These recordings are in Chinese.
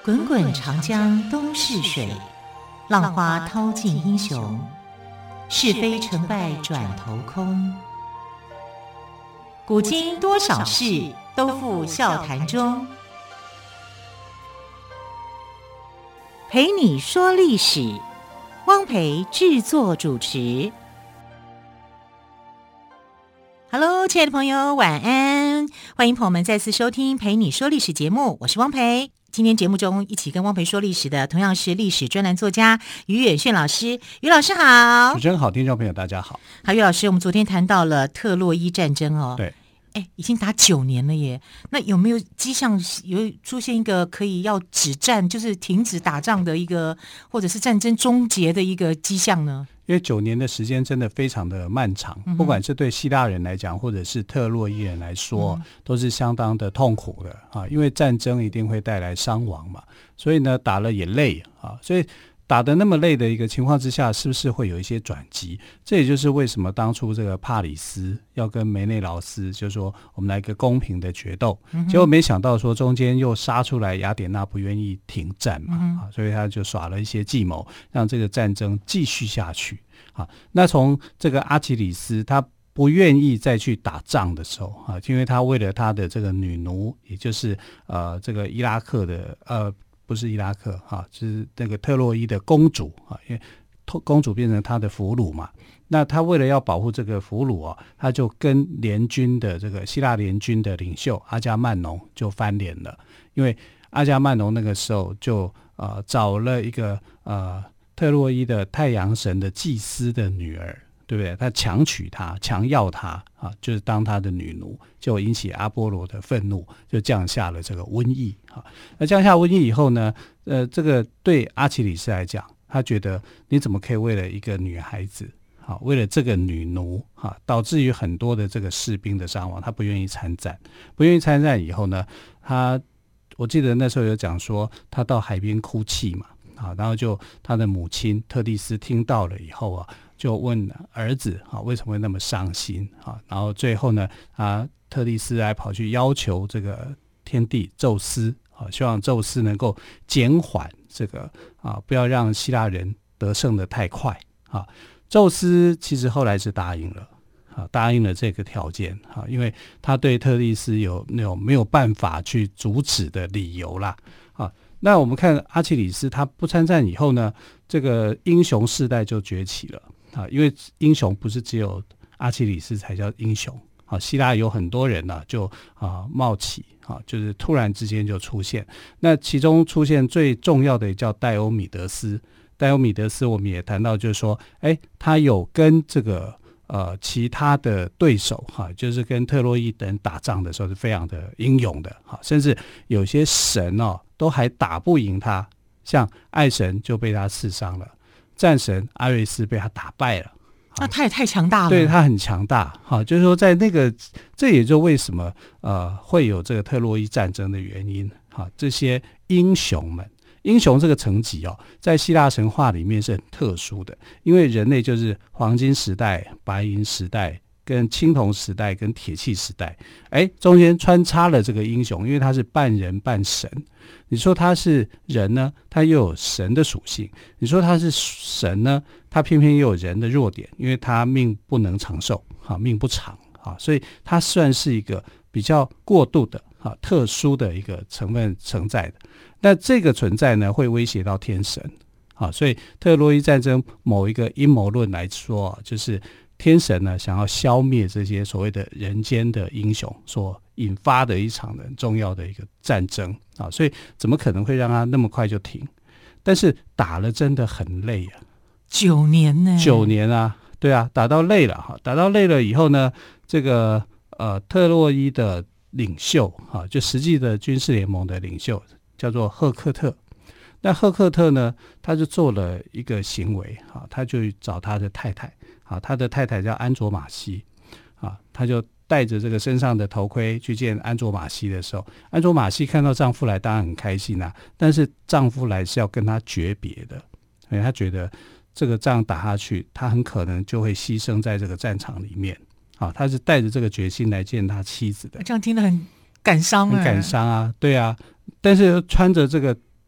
滚滚长江东逝水，浪花淘尽英雄。是非成败转头空。古今多少事，都付笑谈中。陪你说历史，汪培制作主持。Hello， 亲爱的朋友，晚安！欢迎朋友们再次收听《陪你说历史》节目，我是汪培。今天节目中一起跟汪培说历史的，同样是历史专栏作家于远炫老师。于老师好。 主持人好，听众朋友大家好。 好，于老师，我们昨天谈到了特洛伊战争哦。 对。 已经打9年了耶。那有没有迹象有出现一个可以要止战，就是停止打仗的一个，或者是战争终结的一个迹象呢？ 因为9年的时间真的非常的漫长，不管是对希腊人来讲，或者是特洛伊人来说，都是相当的痛苦的啊。因为战争一定会带来伤亡嘛，所以呢，打了也累啊，所以打得那么累的一个情况之下，是不是会有一些转机？这也就是为什么当初这个帕里斯要跟梅内劳斯就说我们来一个公平的决斗，结果没想到说中间又杀出来雅典娜不愿意停战嘛，所以他就耍了一些计谋，让这个战争继续下去啊。那从这个阿基里斯他不愿意再去打仗的时候啊，因为他为了他的这个女奴，也就是这个伊拉克的不是伊拉克就是那个特洛伊的公主因为公主变成他的俘虏嘛，那他为了要保护这个俘虏他就跟联军的这个希腊联军的领袖阿伽曼农就翻脸了，因为阿伽曼农那个时候就找了一个特洛伊的太阳神的祭司的女儿，对不对？他强娶她，强要她就是当他的女奴，就引起阿波罗的愤怒，就降下了这个瘟疫那降下瘟疫以后呢，这个对阿基里斯来讲，他觉得你怎么可以为了一个女孩子为了这个女奴导致于很多的这个士兵的伤亡，他不愿意参战。不愿意参战以后呢，我记得那时候有讲说，他到海边哭泣嘛然后就他的母亲特蒂斯听到了以后就问儿子为什么会那么伤心然后最后呢，特蒂斯还跑去要求这个天帝宙斯希望宙斯能够减缓这个不要让希腊人得胜得太快宙斯其实后来是答应了这个条件因为他对特蒂斯有那种没有办法去阻止的理由啦那我们看阿基里斯他不参战以后呢，这个英雄世代就崛起了因为英雄不是只有阿基里斯才叫英雄希腊有很多人就冒起就是突然之间就出现。那其中出现最重要的叫戴欧米德斯。戴欧米德斯我们也谈到，就是说他有跟这个其他的对手就是跟特洛伊等打仗的时候是非常的英勇的甚至有些神都还打不赢他，像爱神就被他刺伤了，战神阿瑞斯被他打败了。 那他也太强大了。 对，他很强大就是说在那个，这也就为什么会有这个特洛伊战争的原因这些英雄们，英雄这个层级在希腊神话里面是很特殊的，因为人类就是黄金时代、白银时代跟青铜时代跟铁器时代中间穿插了这个英雄，因为他是半人半神。你说他是人呢，他又有神的属性；你说他是神呢，他偏偏又有人的弱点，因为他命不能长寿命不长所以他算是一个比较过度的特殊的一个成分存在的。那这个存在呢，会威胁到天神所以特洛伊战争某一个阴谋论来说就是天神呢想要消灭这些所谓的人间的英雄所引发的一场很重要的一个战争所以怎么可能会让他那么快就停？但是打了真的很累 9年呢 ？9年对打到累了打到累了以后呢，这个特洛伊的领袖就实际的军事联盟的领袖叫做赫克特。那赫克特呢，他就做了一个行为他就找他的太太他的太太叫安卓玛西他就带着这个身上的头盔去见安卓玛西的时候，安卓玛西看到丈夫来当然很开心但是丈夫来是要跟他诀别的，因为他觉得这个仗打下去，他很可能就会牺牲在这个战场里面他是带着这个决心来见他妻子的。 这样听得很感伤很感伤对但是穿着这个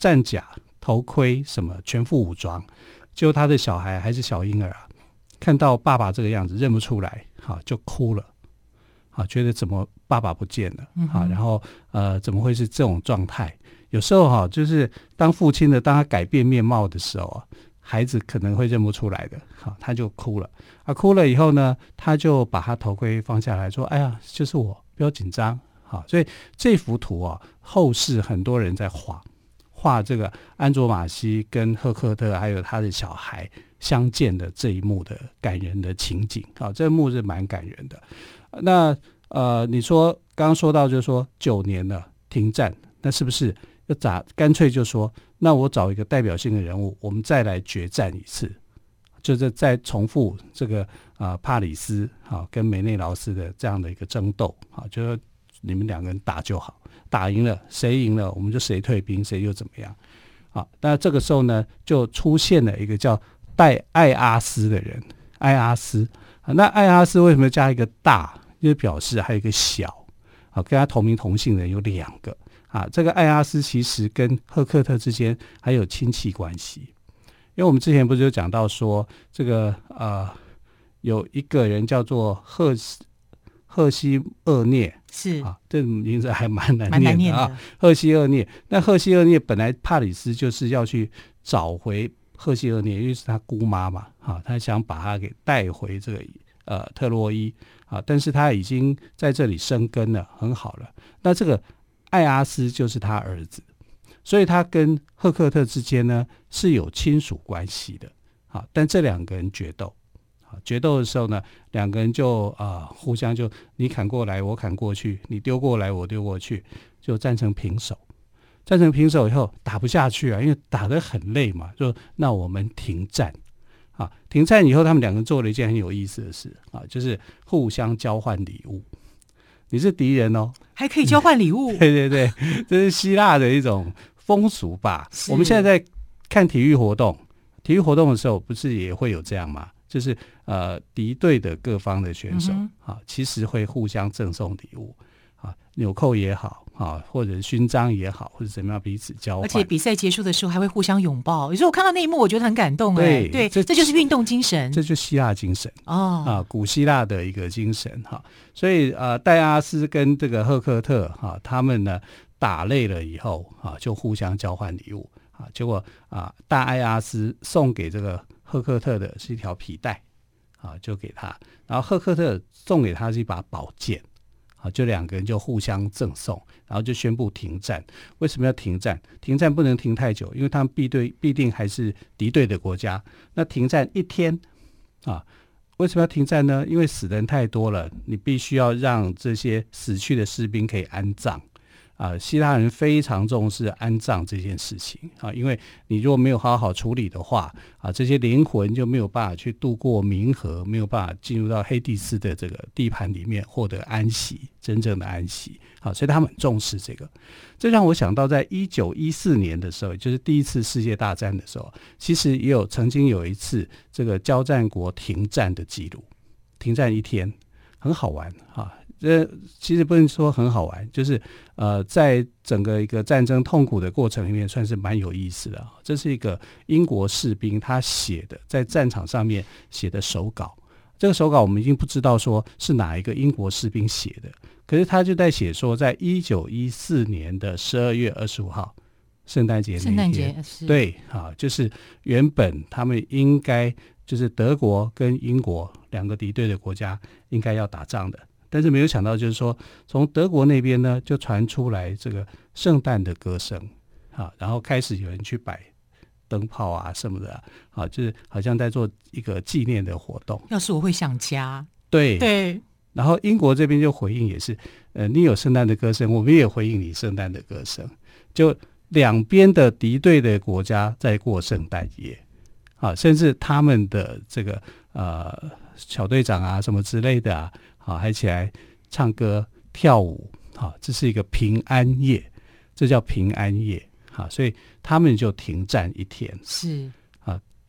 战甲、头盔什么全副武装，结果他的小孩还是小婴儿啊，看到爸爸这个样子认不出来，就哭了，觉得怎么爸爸不见了，然后怎么会是这种状态？有时候就是当父亲的，当他改变面貌的时候啊，孩子可能会认不出来的，他就哭了，哭了以后呢，他就把他头盔放下来说：“哎呀，就是我，不要紧张。”所以这幅图啊，后世很多人在画这个安卓玛西跟赫克特还有他的小孩相见的这一幕的感人的情景，这一幕是蛮感人的。那你说刚刚说到就是说9年了停战，那是不是要干脆就说，那我找一个代表性的人物，我们再来决战一次，就是再重复这个帕里斯跟梅内劳斯的这样的一个争斗，就是你们2个人打就好，打赢了谁赢了我们就谁退兵，谁又怎么样。那这个时候呢，就出现了一个叫戴艾阿斯的人，艾阿斯。那艾阿斯为什么加一个大？就是表示还有一个小，跟他同名同姓的人有2个。这个艾阿斯其实跟赫克特之间还有亲戚关系，因为我们之前不是有讲到说，这个有一个人叫做赫西厄涅， 是这名字还蛮难念的赫西厄涅。那赫西厄涅本来帕里斯就是要去找回赫西厄涅，因为是他姑妈嘛，他想把他给带回这个特洛伊但是他已经在这里生根了，很好了。那这个艾阿斯就是他儿子，所以他跟赫克特之间呢是有亲属关系的。但这2个人决斗的时候呢，2个人就互相就你砍过来我砍过去，你丢过来我丢过去，就战成平手。战成平手以后打不下去因为打得很累嘛，就那我们停战。停战以后他们2个人做了一件很有意思的事就是互相交换礼物。你是敌人还可以交换礼物对对对，这是希腊的一种风俗吧。我们现在在看体育活动的时候不是也会有这样吗？就是敌对的各方的选手其实会互相赠送礼物纽扣也好或者勋章也好，或者怎么样彼此交换， 而且比赛结束的时候还会互相拥抱。有时候我看到那一幕我觉得很感动。对，这就是运动精神， 这就是希腊精神古希腊的一个精神所以戴阿斯跟这个赫克特他们呢打累了以后就互相交换礼物结果大艾阿斯送给这个赫克特的是一条皮带就给他，然后赫克特送给他是一把宝剑就2个人就互相赠送，然后就宣布停战。为什么要停战？停战不能停太久，因为他们必定还是敌对的国家。那停战1天为什么要停战呢？因为死的人太多了，你必须要让这些死去的士兵可以安葬希腊人非常重视安葬这件事情因为你如果没有好好处理的话这些灵魂就没有办法去渡过冥河，没有办法进入到黑帝斯的这个地盘里面获得安息，真正的安息所以他们很重视这个。这让我想到在1914年的时候，就是第1次世界大战的时候，其实也曾经有一次这个交战国停战的记录，停战1天，很好玩其实不能说很好玩，就是在整个一个战争痛苦的过程里面算是蛮有意思的这是一个英国士兵他写的，在战场上面写的手稿。这个手稿我们已经不知道说是哪一个英国士兵写的，可是他就在写说在1914年的12月25号圣诞节那一天，对就是原本他们应该就是德国跟英国2个敌对的国家应该要打仗的，但是没有想到就是说从德国那边呢就传出来这个圣诞的歌声然后开始有人去摆灯泡什么的就是好像在做一个纪念的活动。 要是我会想家。 对，然后英国这边就回应也是你有圣诞的歌声，我们也回应你圣诞的歌声，就2边的敌对的国家在过圣诞夜甚至他们的这个小队长什么之类的还起来唱歌跳舞这是一个平安夜，这叫平安夜所以他们就停战1天。 是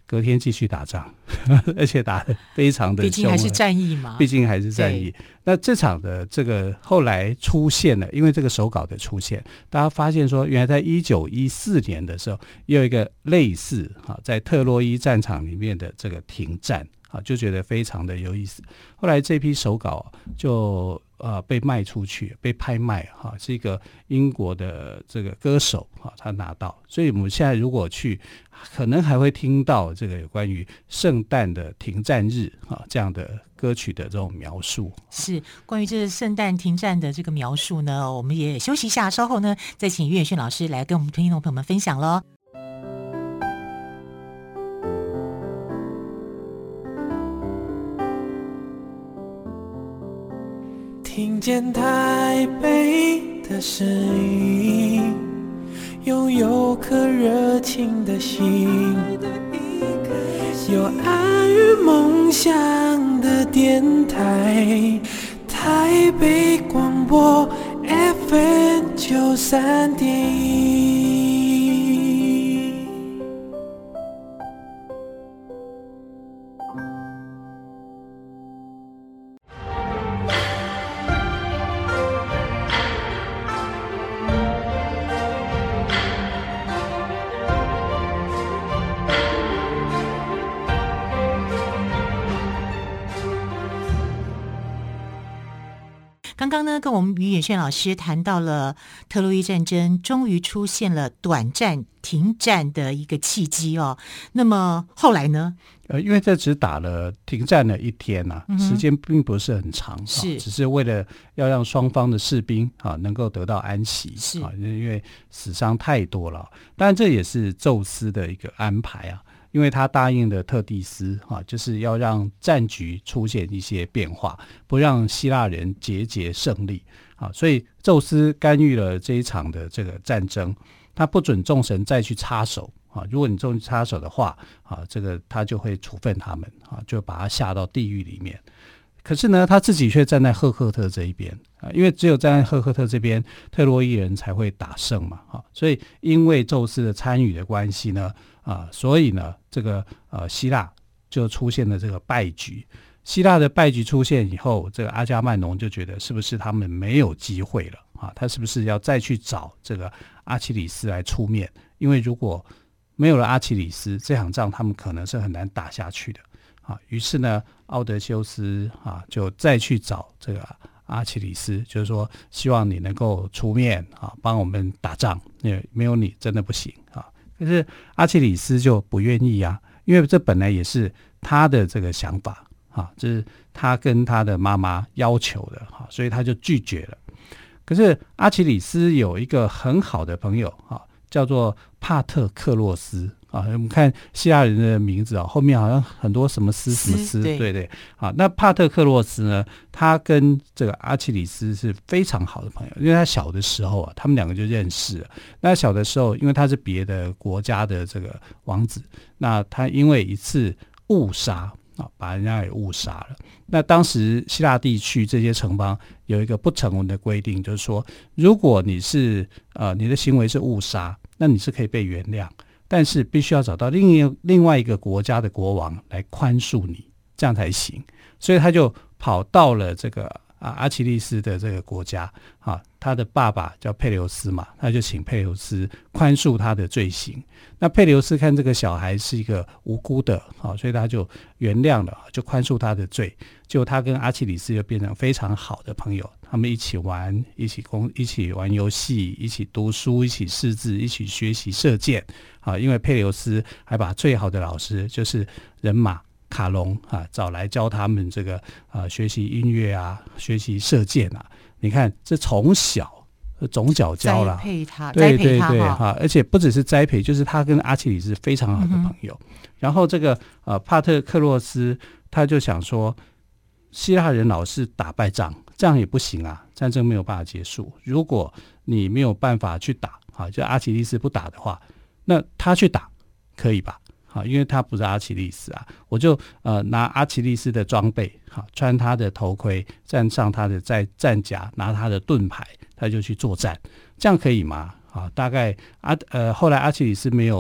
隔天继续打仗而且打得非常的凶， 毕竟还是战役嘛， 毕竟还是战役。那这场的这个后来出现了，因为这个手稿的出现，大家发现说原来在1914年的时候也有一个类似在特洛伊战场里面的这个停战，就觉得非常的有意思。后来这批手稿就被卖出去，被拍卖是一个英国的这个歌手他拿到，所以我们现在如果去，可能还会听到这个有关于圣诞的停战日这样的歌曲的这种描述。 是关于这个圣诞停战的这个描述呢，我们也休息一下，稍后呢再请于远炫老师来跟我们听众朋友们分享咯。 听见台北的声音，拥有颗热情的心，有爱与梦想的电台，台北广播 FM93.1。 刚刚呢，跟我们于远炫老师谈到了特洛伊战争终于出现了短暂停战的一个契机哦。那么后来呢？ 因为这只打了停战了1天时间并不是很长， 是只是为了要让双方的士兵能够得到安息， 是因为死伤太多了。当然这也是宙斯的一个安排因为他答应了特蒂斯就是要让战局出现一些变化，不让希腊人节节胜利所以宙斯干预了这一场的这个战争，他不准众神再去插手如果你再去插手的话这个他就会处分他们就把他下到地狱里面。可是呢，他自己却站在赫克特这一边因为只有站在赫克特这边，特洛伊人才会打胜嘛所以因为宙斯的参与的关系呢所以呢这个希腊就出现了这个败局。希腊的败局出现以后，这个阿伽曼农就觉得是不是他们没有机会了他是不是要再去找这个阿基里斯来出面，因为如果没有了阿基里斯，这场仗他们可能是很难打下去的于是呢奥德修斯就再去找这个阿基里斯，就是说希望你能够出面帮我们打仗，因为没有你真的不行可是阿基里斯就不愿意因为这本来也是他的这个想法这是他跟他的妈妈要求的所以他就拒绝了。可是阿基里斯有一个很好的朋友叫做帕特克洛斯我们看希腊人的名字后面好像很多什么斯什么斯，对那帕特克洛斯呢，他跟这个阿基里斯是非常好的朋友，因为他小的时候他们两个就认识了。那小的时候因为他是别的国家的这个王子，那他因为一次误杀把人家给误杀了。那当时希腊地区这些城邦有一个不成文的规定，就是说如果你是你的行为是误杀，那你是可以被原谅，但是必须要找到另外一个国家的国王来宽恕你，这样才行。所以他就跑到了这个阿基利斯的这个国家他的爸爸叫佩留斯嘛，他就请佩留斯宽恕他的罪行。那佩留斯看这个小孩是一个无辜的所以他就原谅了，就宽恕他的罪。就他跟阿基里斯就变成非常好的朋友，他们一起玩，一起玩游戏，一起读书，一起识字，一起学习射箭因为佩留斯还把最好的老师就是人马卡隆找来教他们这个学习音乐学习射箭你看这从小种脚教了， 栽培他而且不只是栽培，就是他跟阿基里斯非常好的朋友。然后这个帕特克洛斯他就想说，希腊人老是打败仗，这样也不行战争没有办法结束。如果你没有办法去打就阿基里斯不打的话，那他去打可以吧？因为他不是阿基里斯我就拿阿基里斯的装备穿他的头盔，站上他的战甲，拿他的盾牌，他就去作战，这样可以吗？大概后来阿基里斯没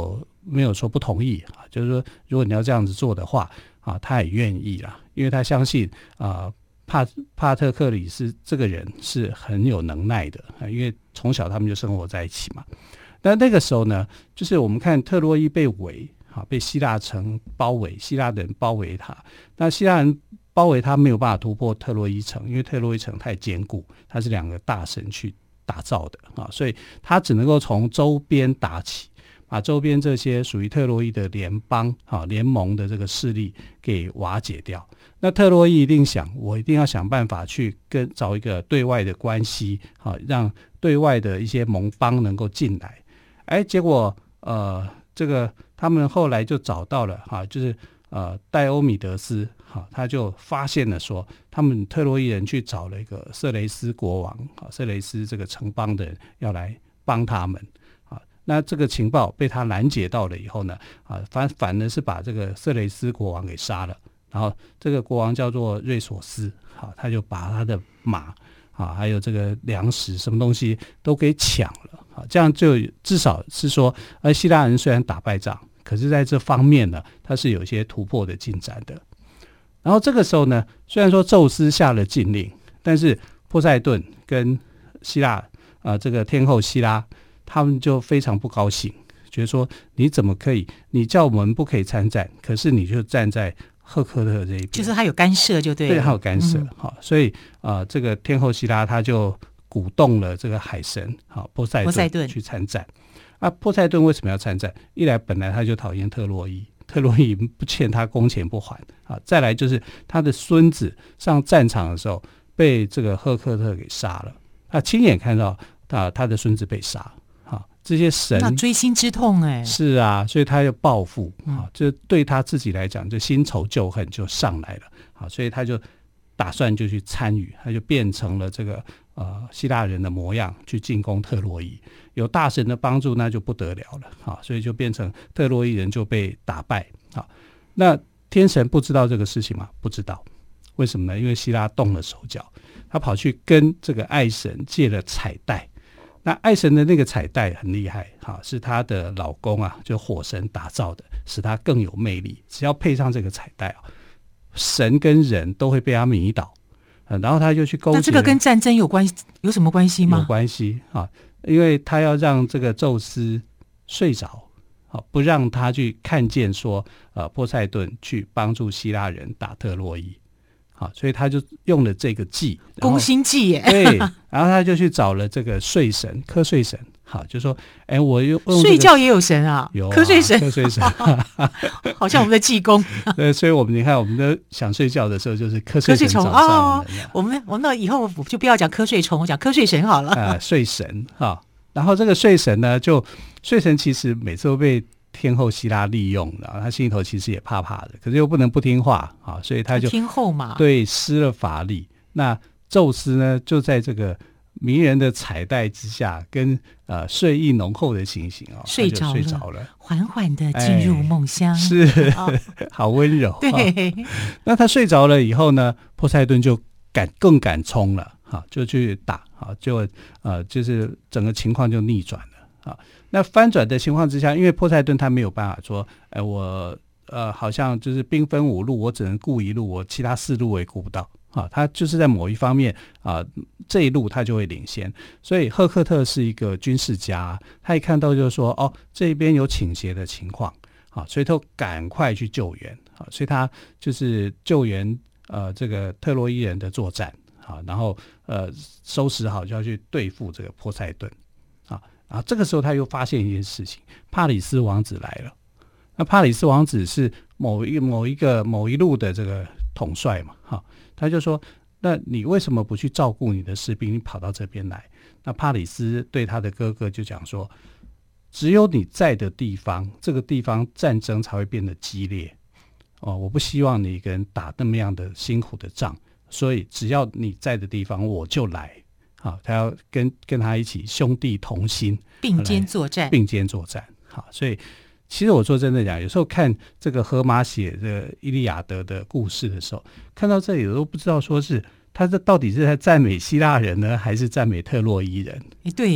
没有说不同意啊，就是说如果你要这样子做的话啊，他也愿意啦，因为他相信帕特克里斯这个人是很有能耐的啊，因为从小他们就生活在一起嘛。但那个时候呢，就是我们看特洛伊被围啊，被希腊城包围，希腊人包围他，那希腊人包围他没有办法突破特洛伊城，因为特洛伊城太坚固，它是2个大神去打造的啊，所以他只能够从周边打起，把周边这些属于特洛伊的联邦联盟的这个势力给瓦解掉。那特洛伊一定想，我一定要想办法去找一个对外的关系，让对外的一些盟邦能够进来。结果这个他们后来就找到了就是戴欧米德斯他就发现了说，他们特洛伊人去找了一个色雷斯国王色雷斯这个城邦的人要来帮他们那这个情报被他拦截到了以后呢反而是把这个色雷斯国王给杀了。然后这个国王叫做瑞索斯他就把他的马还有这个粮食什么东西都给抢了这样就至少是说希腊人虽然打败仗，可是在这方面呢他是有一些突破的进展的。然后这个时候呢，虽然说宙斯下了禁令，但是波塞顿跟希腊这个天后希拉他们就非常不高兴，觉得说你怎么可以，你叫我们不可以参战，可是你就站在赫克特这一边， 就是他有干涉就对了。 对，他有干涉所以这个天后希拉他就鼓动了这个海神波塞顿去参战。波塞顿为什么要参战？一来本来他就讨厌特洛伊，特洛伊不欠他工钱不还再来就是他的孙子上战场的时候被这个赫克特给杀了，他亲眼看到他的孙子被杀这些神那锥心之痛是啊，所以他要报复就对他自己来讲，就新仇旧恨就上来了所以他就打算就去参与，他就变成了这个希腊人的模样去进攻特洛伊。有大神的帮助那就不得了了所以就变成特洛伊人就被打败那天神不知道这个事情吗？不知道。为什么呢？因为希拉动了手脚，他跑去跟这个爱神借了彩带。那爱神的那个彩带很厉害是他的老公就火神打造的，使他更有魅力。只要配上这个彩带神跟人都会被他迷倒然后他就去勾结。 那这个跟战争有什么关系吗？ 有关系因为他要让这个宙斯睡着不让他去看见说波塞顿去帮助希腊人打特洛伊所以他就用了这个计， 攻心计耶。 对，然后他就去找了这个睡神瞌睡神就说我用睡觉也有神有瞌睡神好像我们的济公对，所以你看我们的想睡觉的时候就是瞌睡神找上我们那以后就不要讲瞌睡虫，我讲瞌睡神好了睡神然后这个睡神呢，睡神其实每次都被天后希拉利用了，他心里头其实也怕怕的，可是又不能不听话所以他就天后嘛， 对，施了法力。那宙斯呢，就在这个迷人的彩带之下，跟睡意浓厚的情形睡着了，缓缓的进入梦乡， 是好温柔。 对， 那他睡着了以后呢，波塞顿就更敢冲了就去打就是整个情况就逆转了那翻转的情况之下，因为波塞顿他没有办法说我好像就是兵分5路，我只能顾一路，我其他4路我也顾不到他就是在某一方面这一路他就会领先。所以赫克特是一个军事家，他一看到就是说这边有倾斜的情况所以他赶快去救援所以他就是救援这个特洛伊人的作战然后收拾好就要去对付这个波塞顿这个时候他又发现一件事情，帕里斯王子来了。那帕里斯王子是某一路的这个统帅嘛他就说，那你为什么不去照顾你的士兵，你跑到这边来？那帕里斯对他的哥哥就讲说，只有你在的地方，这个地方战争才会变得激烈我不希望你一个人打那么样的辛苦的仗，所以只要你在的地方我就来他要跟他一起兄弟同心， 并肩作战。 所以其实我说真的讲，有时候看这个荷马写的伊利亚德的故事的时候，看到这里我都不知道说是他这到底是在赞美希腊人呢，还是赞美特洛伊人？ 对耶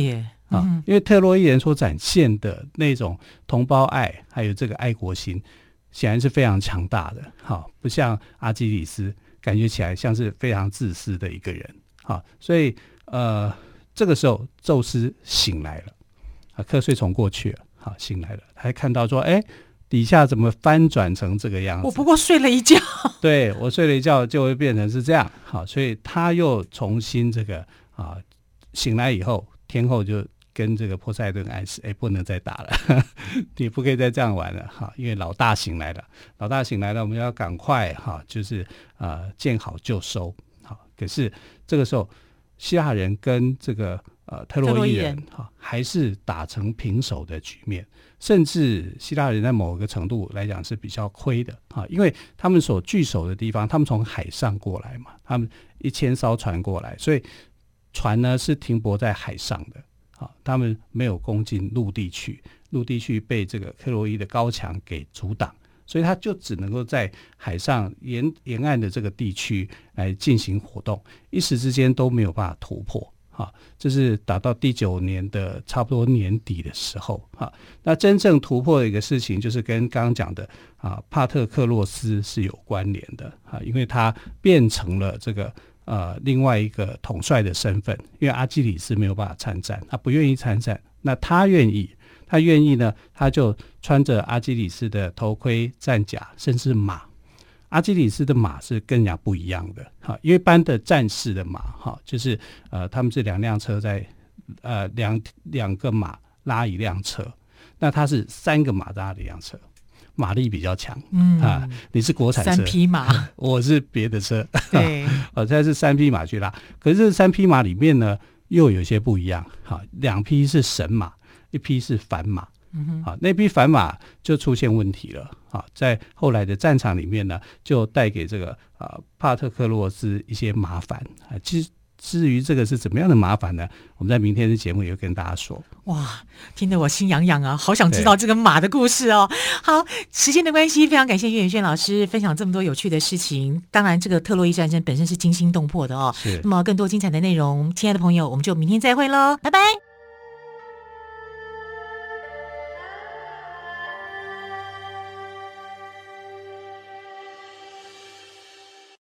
因为特洛伊人所展现的那种同胞爱还有这个爱国心显然是非常强大的，不像阿基里斯感觉起来像是非常自私的一个人，所以这个时候宙斯醒来了，瞌睡虫过去了，醒来了，他还看到说底下怎么翻转成这个样子， 我不过睡了一觉对，我睡了一觉就会变成是这样，所以他又重新这个醒来以后，天后就跟这个波塞顿暗示不能再打了你不可以再这样玩了，因为老大醒来了，我们要赶快就是见好就收。可是这个时候希腊人跟这个特洛伊人还是打成平手的局面，甚至希腊人在某个程度来讲是比较亏的，因为他们所据守的地方，他们从海上过来嘛，他们1000艘船过来，所以船呢是停泊在海上的，他们没有攻进陆地去被这个特洛伊的高墙给阻挡，所以他就只能够在海上沿岸的这个地区来进行活动，一时之间都没有办法突破。这是打到第9年的差不多年底的时候，那真正突破的一个事情就是跟刚刚讲的帕特克洛斯是有关联的，因为他变成了这个另外一个统帅的身份，因为阿基里斯没有办法参战，他不愿意参战，那他愿意呢，他就穿着阿基里斯的头盔、战甲，甚至马。阿基里斯的马是跟人家不一样的，因为一般的战士的马就是他们是2辆车在两个马拉一辆车，那他是3个马拉一辆车，马力比较强。你是国产车，3 匹马， 我是别的车， 对， 这是3匹马去拉，可是这3匹马里面呢又有些不一样，2匹是神马，1匹是凡马。那匹凡马就出现问题了，在后来的战场里面呢，就带给这个帕特克洛斯一些麻烦。至于这个是怎么样的麻烦呢？我们在明天的节目也会跟大家说。 哇，听得我心痒痒啊，好想知道这个马的故事哦。好，时间的关系，非常感谢岳远轩老师分享这么多有趣的事情。当然，这个特洛伊战争本身是惊心动魄的哦。那么更多精彩的内容，亲爱的朋友，我们就明天再会喽，拜拜。